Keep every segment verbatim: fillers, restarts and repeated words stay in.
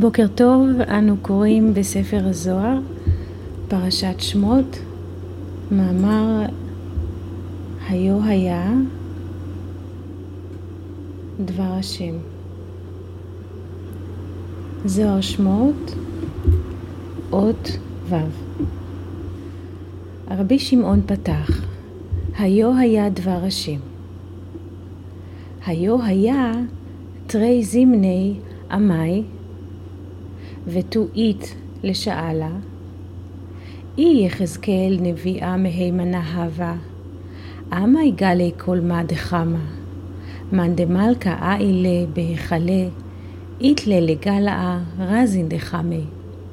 בוקר טוב, אנו קוראים בספר הזוהר, פרשת שמות, מאמר היו היה דבר השם. זוהר שמות, אות ו'. רבי שמעון פתח, היו היה דבר השם. היו היה תרי זמני עמי, ותו אית לשאלה, אי יחזקאל נביאה מהימנה הווה, אמה יגלה כל מה דחמה, מן דמלכה אילה בהיכלה, איתלה לגלעה רזין דחמי.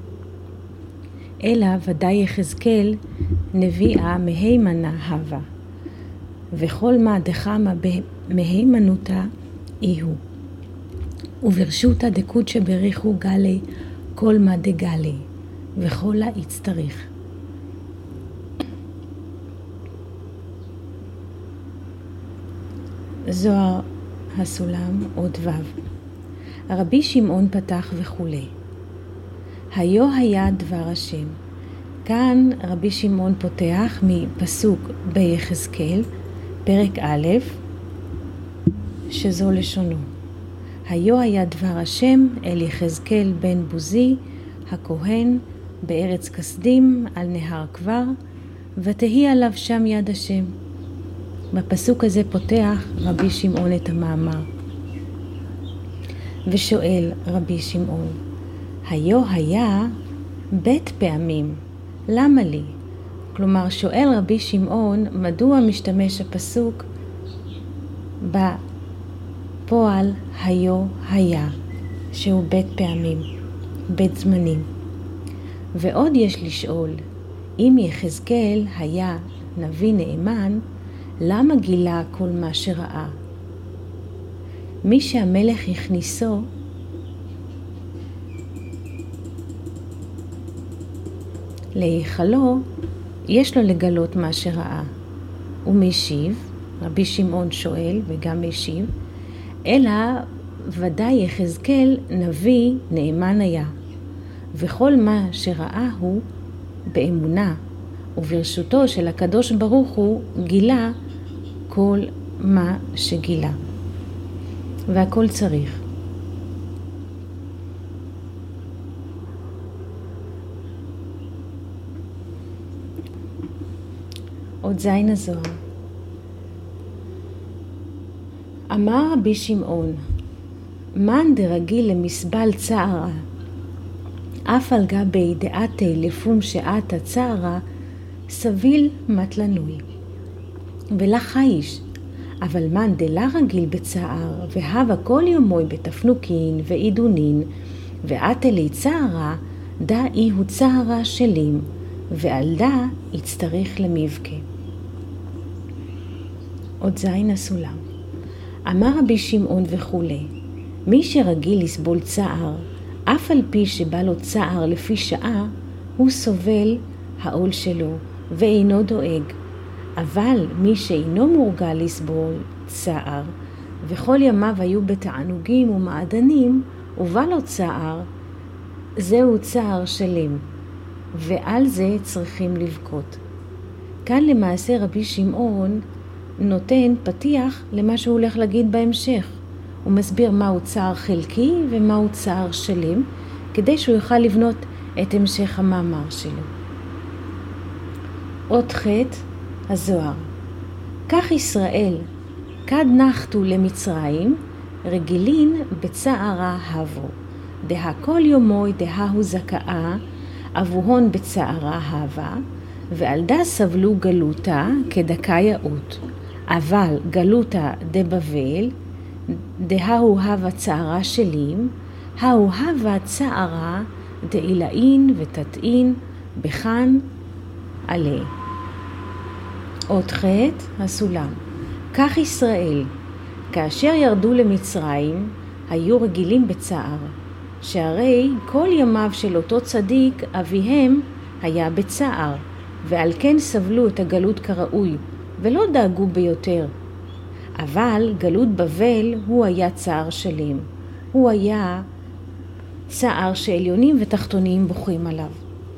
אלא ודאי יחזקאל נביאה מהימנה הווה, וכל מה דחמה מהימנותה איהו. וברשותה דקוד שבריחו גלי כל מה דגלי, וכל לה יצטריך. זוהר הסולם עוד ו'. רבי שמעון פתח וכולי. היו היה דבר השם. כאן רבי שמעון פותח מפסוק ביחזקאל, פרק א', שזו לשונו. היו היה דבר השם אל יחזקאל בן בוזי, הכהן, בארץ כסדים, על נהר כבר, ותהי עליו שם יד השם. בפסוק הזה פותח רבי שמעון את המאמר. ושואל רבי שמעון, היו היה בית פעמים, למה לי? כלומר, שואל רבי שמעון, מדוע משתמש הפסוק בפועל היו היה, שהוא בית פעמים, בית זמנים. ועוד יש לשאול, אם יחזקאל היה נביא נאמן, למה גילה כל מה שראה? מי שהמלך הכניסו, להיכלו, יש לו לגלות מה שראה. ומשיב, רבי שמעון שואל וגם משיב, אלא ודאי יחזקאל נביא נאמן היה, וכל מה שראה הוא באמונה, וברשותו של הקדוש ברוך הוא גילה כל מה שגילה. והכל צריך. עוד זין הזוהר. אמר רבי שמעון, מן דרגיל למסבל צערה, אף על גבי דעתי לפום שעתה צערה, סביל מתלנוי. ולך האיש, אבל מן דלה רגיל בצער, והווה כל יומוי בתפנוקין ועידונין, ועתה לי צערה, דא אי הוא צערה שלים, ועל דא יצטריך למבכה. עוד זין הסולם. אמר רבי שמעון וכולי, מי שרגיל לסבול צער, אף על פי שבא לו צער לפי שעה, הוא סובל העול שלו ואינו דואג. אבל מי שאינו מורגל לסבול צער, וכל ימיו היו בתענוגים ומעדנים, ובא לו צער, זהו צער שלם, ועל זה צריכים לבכות. כאן למעשה רבי שמעון נותן פתיח למה שהוא הולך להגיד בהמשך. הוא מסביר מהו צער חלקי ומהו צער שלם, כדי שהוא יוכל לבנות את המשך המאמר שלו. עוד חטא הזוהר. כך ישראל, כד נחתו למצרים, רגילין בצערה הבו. דה כל יומוי דה הוא זכאה, אבוהון בצערה הווה, ועל דה סבלו גלותה כדקה יאות. אבל גלותה דבבל, דה הוא הווה צערה שלים, הוא הווה צערה דאילאין ותתאין בחן עלי. עוד חטא הסולם. כך ישראל, כאשר ירדו למצרים, היו רגילים בצער, שהרי כל ימיו של אותו צדיק אביהם היה בצער, ועל כן סבלו את הגלות כראוי, ולא דאגו ביותר. אבל גלות בבל הוא היה צער שלם. הוא היה צער שעליונים ותחתונים בוכים עליו.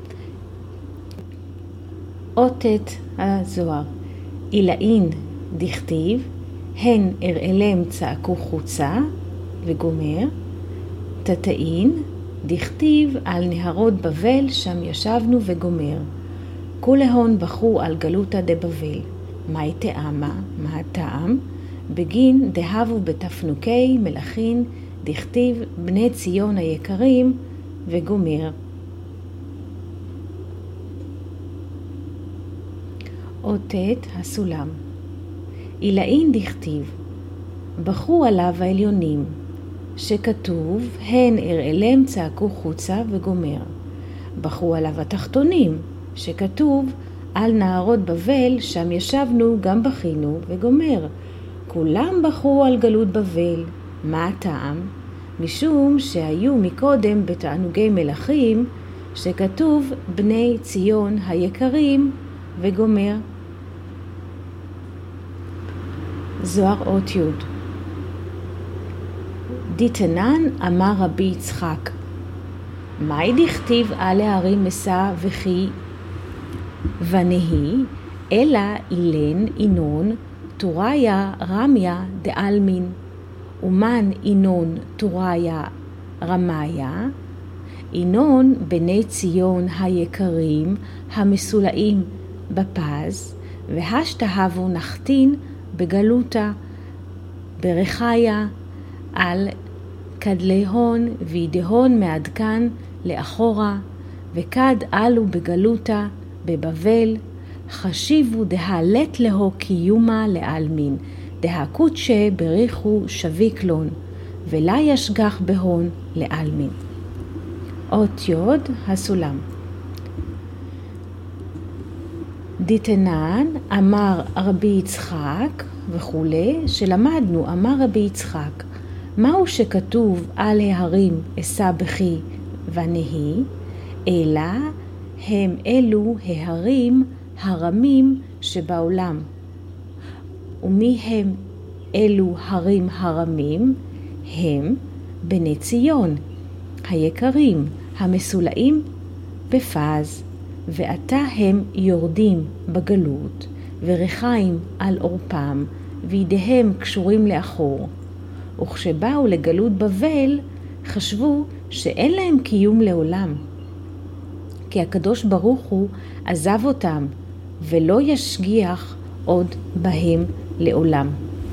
אות את הזוהר, אילאין דכתיב, הן אראלם צעקו חוצה וגומר, תתאין דכתיב על נהרות בבל שם ישבנו וגומר, כולהון בחו על גלותא דבבל, מאי תאמה, מה הטעם? בגין דהבו בתפנוקי מלאכין דכתיב בני ציון היקרים וגומר. אות את הסולם, אילאין דכתיב, בחו עליו העליונים, שכתוב הן אראלם צעקו חוצה וגומר. בחו עליו התחתונים, שכתוב על נהרות בבל שם ישבנו גם בכינו וגומר. כולם בחו על גלות בבל. מה הטעם? משום שהיו מקודם בתענוגי מלכים, שכתוב בני ציון היקרים וגומר. זוהר אות י', דיתנן אמר רבי יצחק, מאי דכתיב על ההרים מסע וכי ונהי, אלא אילן אינון תוריה רמיה דאלמין, ומן אינון תוריה רמיה, אינון בני ציון היקרים המסולאים בפז, והשתהבו נחתין בגלותה ברחיה על כדלהון וידהון מעדכן לאחורה, וכד עלו בגלותה בבבל, חשיבו דהלת להו קיומה לאלמין, דהקודשה בריחו שביקלון, ולה ישגח בהון לאלמין. אות יוד הסולם, דיתנן אמר רבי יצחק וכולי, שלמדנו אמר רבי יצחק, מהו שכתוב על ההרים אשא בכי ונהי, אלא הם אלו ההרים הרמים שבעולם. ומי הם אלו הרים הרמים? הם בני ציון היקרים המסולאים בפז, ועתה הם יורדים בגלות, ורחיים על אורפם, וידיהם קשורים לאחור. וכשבאו לגלות בבל, חשבו שאין להם קיום לעולם, כי הקדוש ברוך הוא עזב אותם, ולא ישגיח עוד בהם לעולם.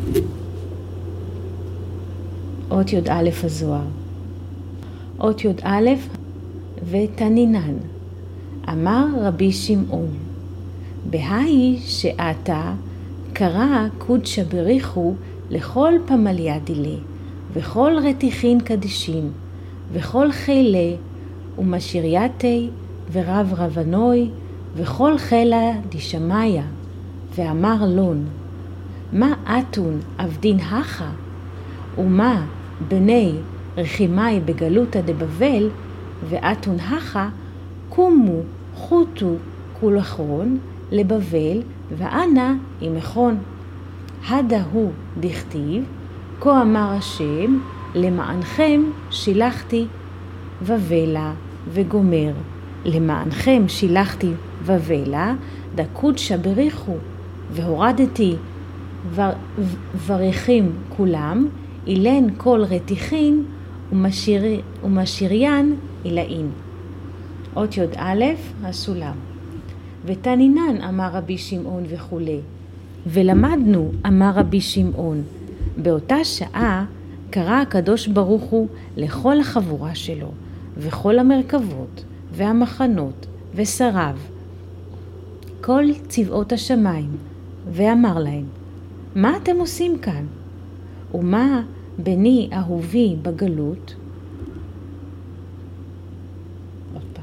אות י' א' הזוהר, אות י' א' ותנינן, אמר רבי שמעון, בהאי שעתה קרא קודשא בריחו לכל פמליה דילה, וכל רתיחין קדישין, וכל חילה, ומשירייתי, ורב רבנוי, וכל חילה דשמיא, ואמר לון, מה אתון עבדין הכה, ומה בני רחימי בגלותא דבבל, ואתון הכה, קומו חוטו כולכון לבבל, ואנה עמכון. הדה הוא דכתיב, כה אמר השם, למענכם שילחתי בבלה וגומר. למענכם שילחתי בבלה, דקודשא בריחו, והורדתי וריחים כולם, אילן כל רתיחין ומשיר, ומשיריין אילאין. אות י' א' הסולם, ותנינן אמר רבי שמעון וכולי, ולמדנו אמר רבי שמעון, באותה שעה קרא הקדוש ברוך הוא לכל החבורה שלו, וכל המרכבות והמחנות ושריו, כל צבאות השמיים, ואמר להם, מה אתם עושים כאן? ומה בני אהובי בגלות? עוד פעם.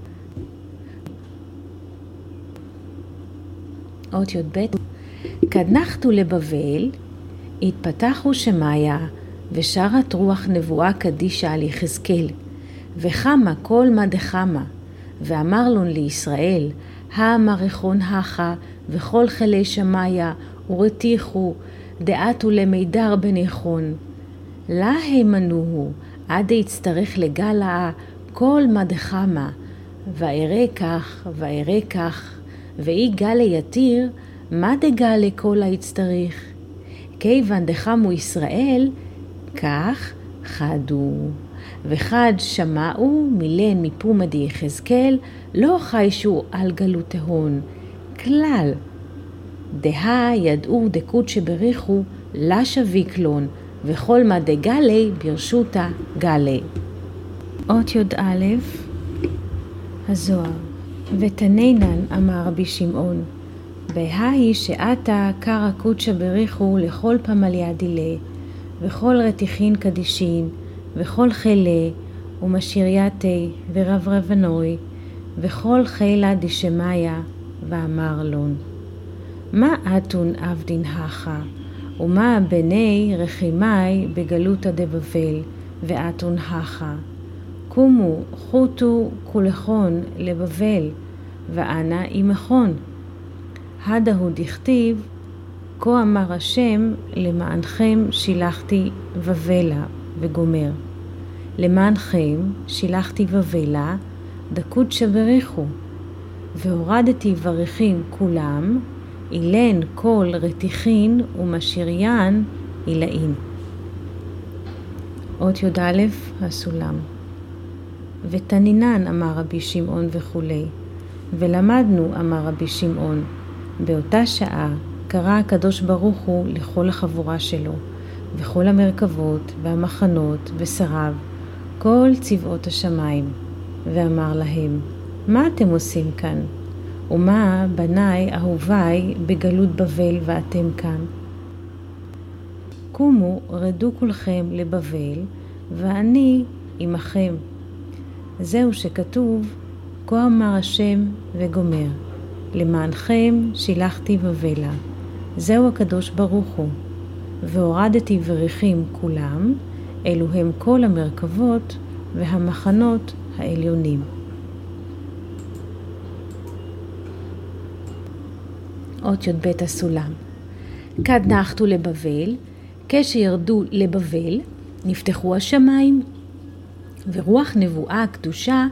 אות י' ב', כדנחתו לבבל, התפתחו שמיה, ושרת רוח נבואה קדישה על יחזקאל, וחמה כל מה דחמה, ואמר לון לישראל, האמריכון הכה, וכל חילי שמיה, ורתיחו, דעתו למידר בניחון. לה הימנוהו, עד יצטרך לגלה כל מדחמה, ואראה כך ואראה כך, ואי גלה יתיר, מה דגלה כל היצטריך? כיוון דחמו ישראל, כך חדו. וחד שמעו מילן מפומה די יחזקאל, לא חיישו על גלות ההון. כלל, דה ידעו דקות שבריחו, לשביק לון, וכל מה דגלי ברשותה גלי. אות יוד א', הזוהר. ותנינן אמר רבי שמעון, בהאי שעתה קרא קודשא בריחו לכל פמליה דילה, וכל רתיחין קדישין, וכל חילה, ומשירייתי, ורברבנוי, וכל חילה דשמיה, ואמר לון. מה אתון עבדין הכה, ומה בני רחימי בגלותא דבבל, ואתון הכה. קומו חוטו כולכון לבבל, ואנה עמכון. הדהו דכתיב, כה אמר השם, למענכם שילחתי בבלה, וגומר. למענכם שילחתי בבלה, דקות שבריחו, והורדתי בריחין כולם, אילן כל רתיחין ומשיריין אילאין. אות יוד א', הסולם. ותנינן אמר רבי שמעון וכולי, ולמדנו אמר רבי שמעון, באותה שעה קרא הקדוש ברוך הוא לכל החבורה שלו, וכל המרכבות והמחנות ושריו, כל צבאות השמיים, ואמר להם, מה אתם עושים כאן? ומה בניי אהוביי בגלות בבל ואתם כאן? קומו רדו כולכם לבבל, ואני עמכם. זהו שכתוב, כה אמר השם וגומר. למענכם שילחתי בבלה. זהו הקדוש ברוך הוא. והורדתי בריחים כולם, אלו הם כל המרכבות והמחנות העליונים. אות י"ב הסולם. כד נחתו לבבל, כשירדו לבבל, נפתחו השמיים, ורוח נבואה הקדושה,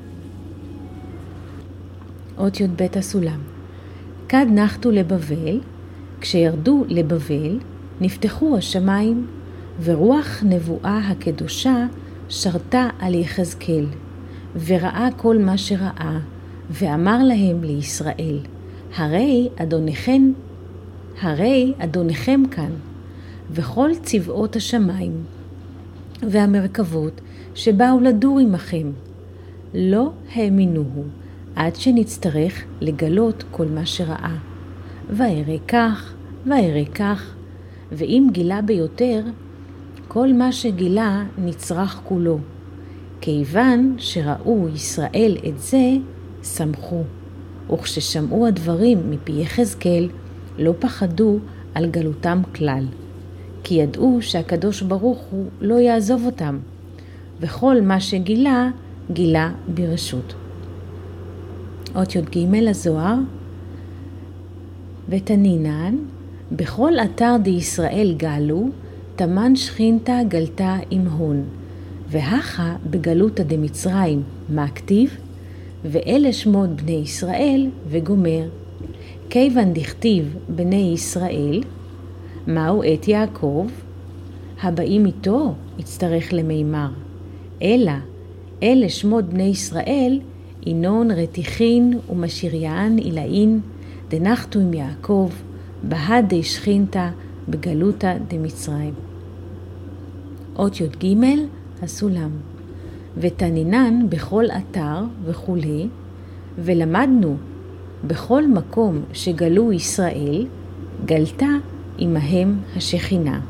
אות י"ב הסולם. כד נחתו לבבל, כשירדו לבבל, נפתחו השמיים, ורוח נבואה הקדושה שרתה על יחזקאל, וראה כל מה שראה, ואמר להם לישראל, הרי אדוניכם, הרי אדוניכם כאן, וכל צבאות השמיים, והמרכבות שבאו לדור עמכם, לא האמינוהו, עד שנצטרך לגלות כל מה שראה. ואראה כך, ואראה כך, ואם גילה ביותר, כל מה שגילה נצרך כולו. כיוון שראו ישראל את זה, שמחו. וכששמעו הדברים מפי יחזקאל, לא פחדו על גלותם כלל. כי ידעו שהקדוש ברוך הוא לא יעזוב אותם, וכל מה שגילה, גילה ברשות. אות י"ג הזוהר. ותנינן, בכל אתר די ישראל גלו, תמן שכינתה גלתה עם הון. והכה בגלותא דמצרים, מה כתיב? ואלה שמות בני ישראל וגומר. כיוון דכתיב בני ישראל, מהו את יעקב? הבאים איתו יצטרך למימר. אלא, אלה שמות בני ישראל, אינון רתיחין ומשיריין אילאין, דנחתו עם יעקב, בהד די שכינתה בגלותא דמצרים. אות י"ג הסולם. ותנינן בכל אתר וכולי, ולמדנו בכל מקום שגלו ישראל, גלתה עמהם השכינה.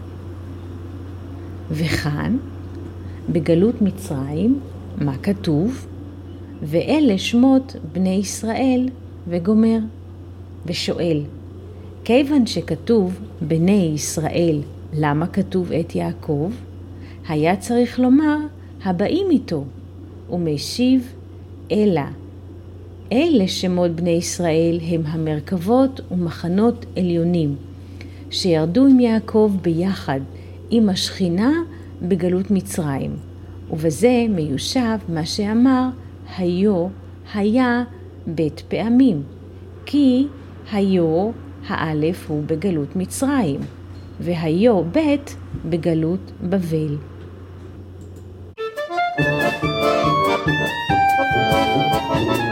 וכאן, בגלות מצרים, מה כתוב? ואלה שמות בני ישראל וגומר. ושואל, כיוון שכתוב בני ישראל, למה כתוב את יעקב? היה צריך לומר, הבאים איתו. ומשיב, אלא. אלה שמות בני ישראל הם המרכבות ומחנות עליונים, שירדו עם יעקב ביחד, עם השכינה בגלות מצרים, ובזה מיושב מה שאמר היו היה בית פעמים, כי היו האלף הוא בגלות מצרים, והיו בית בגלות בבל. Thank you.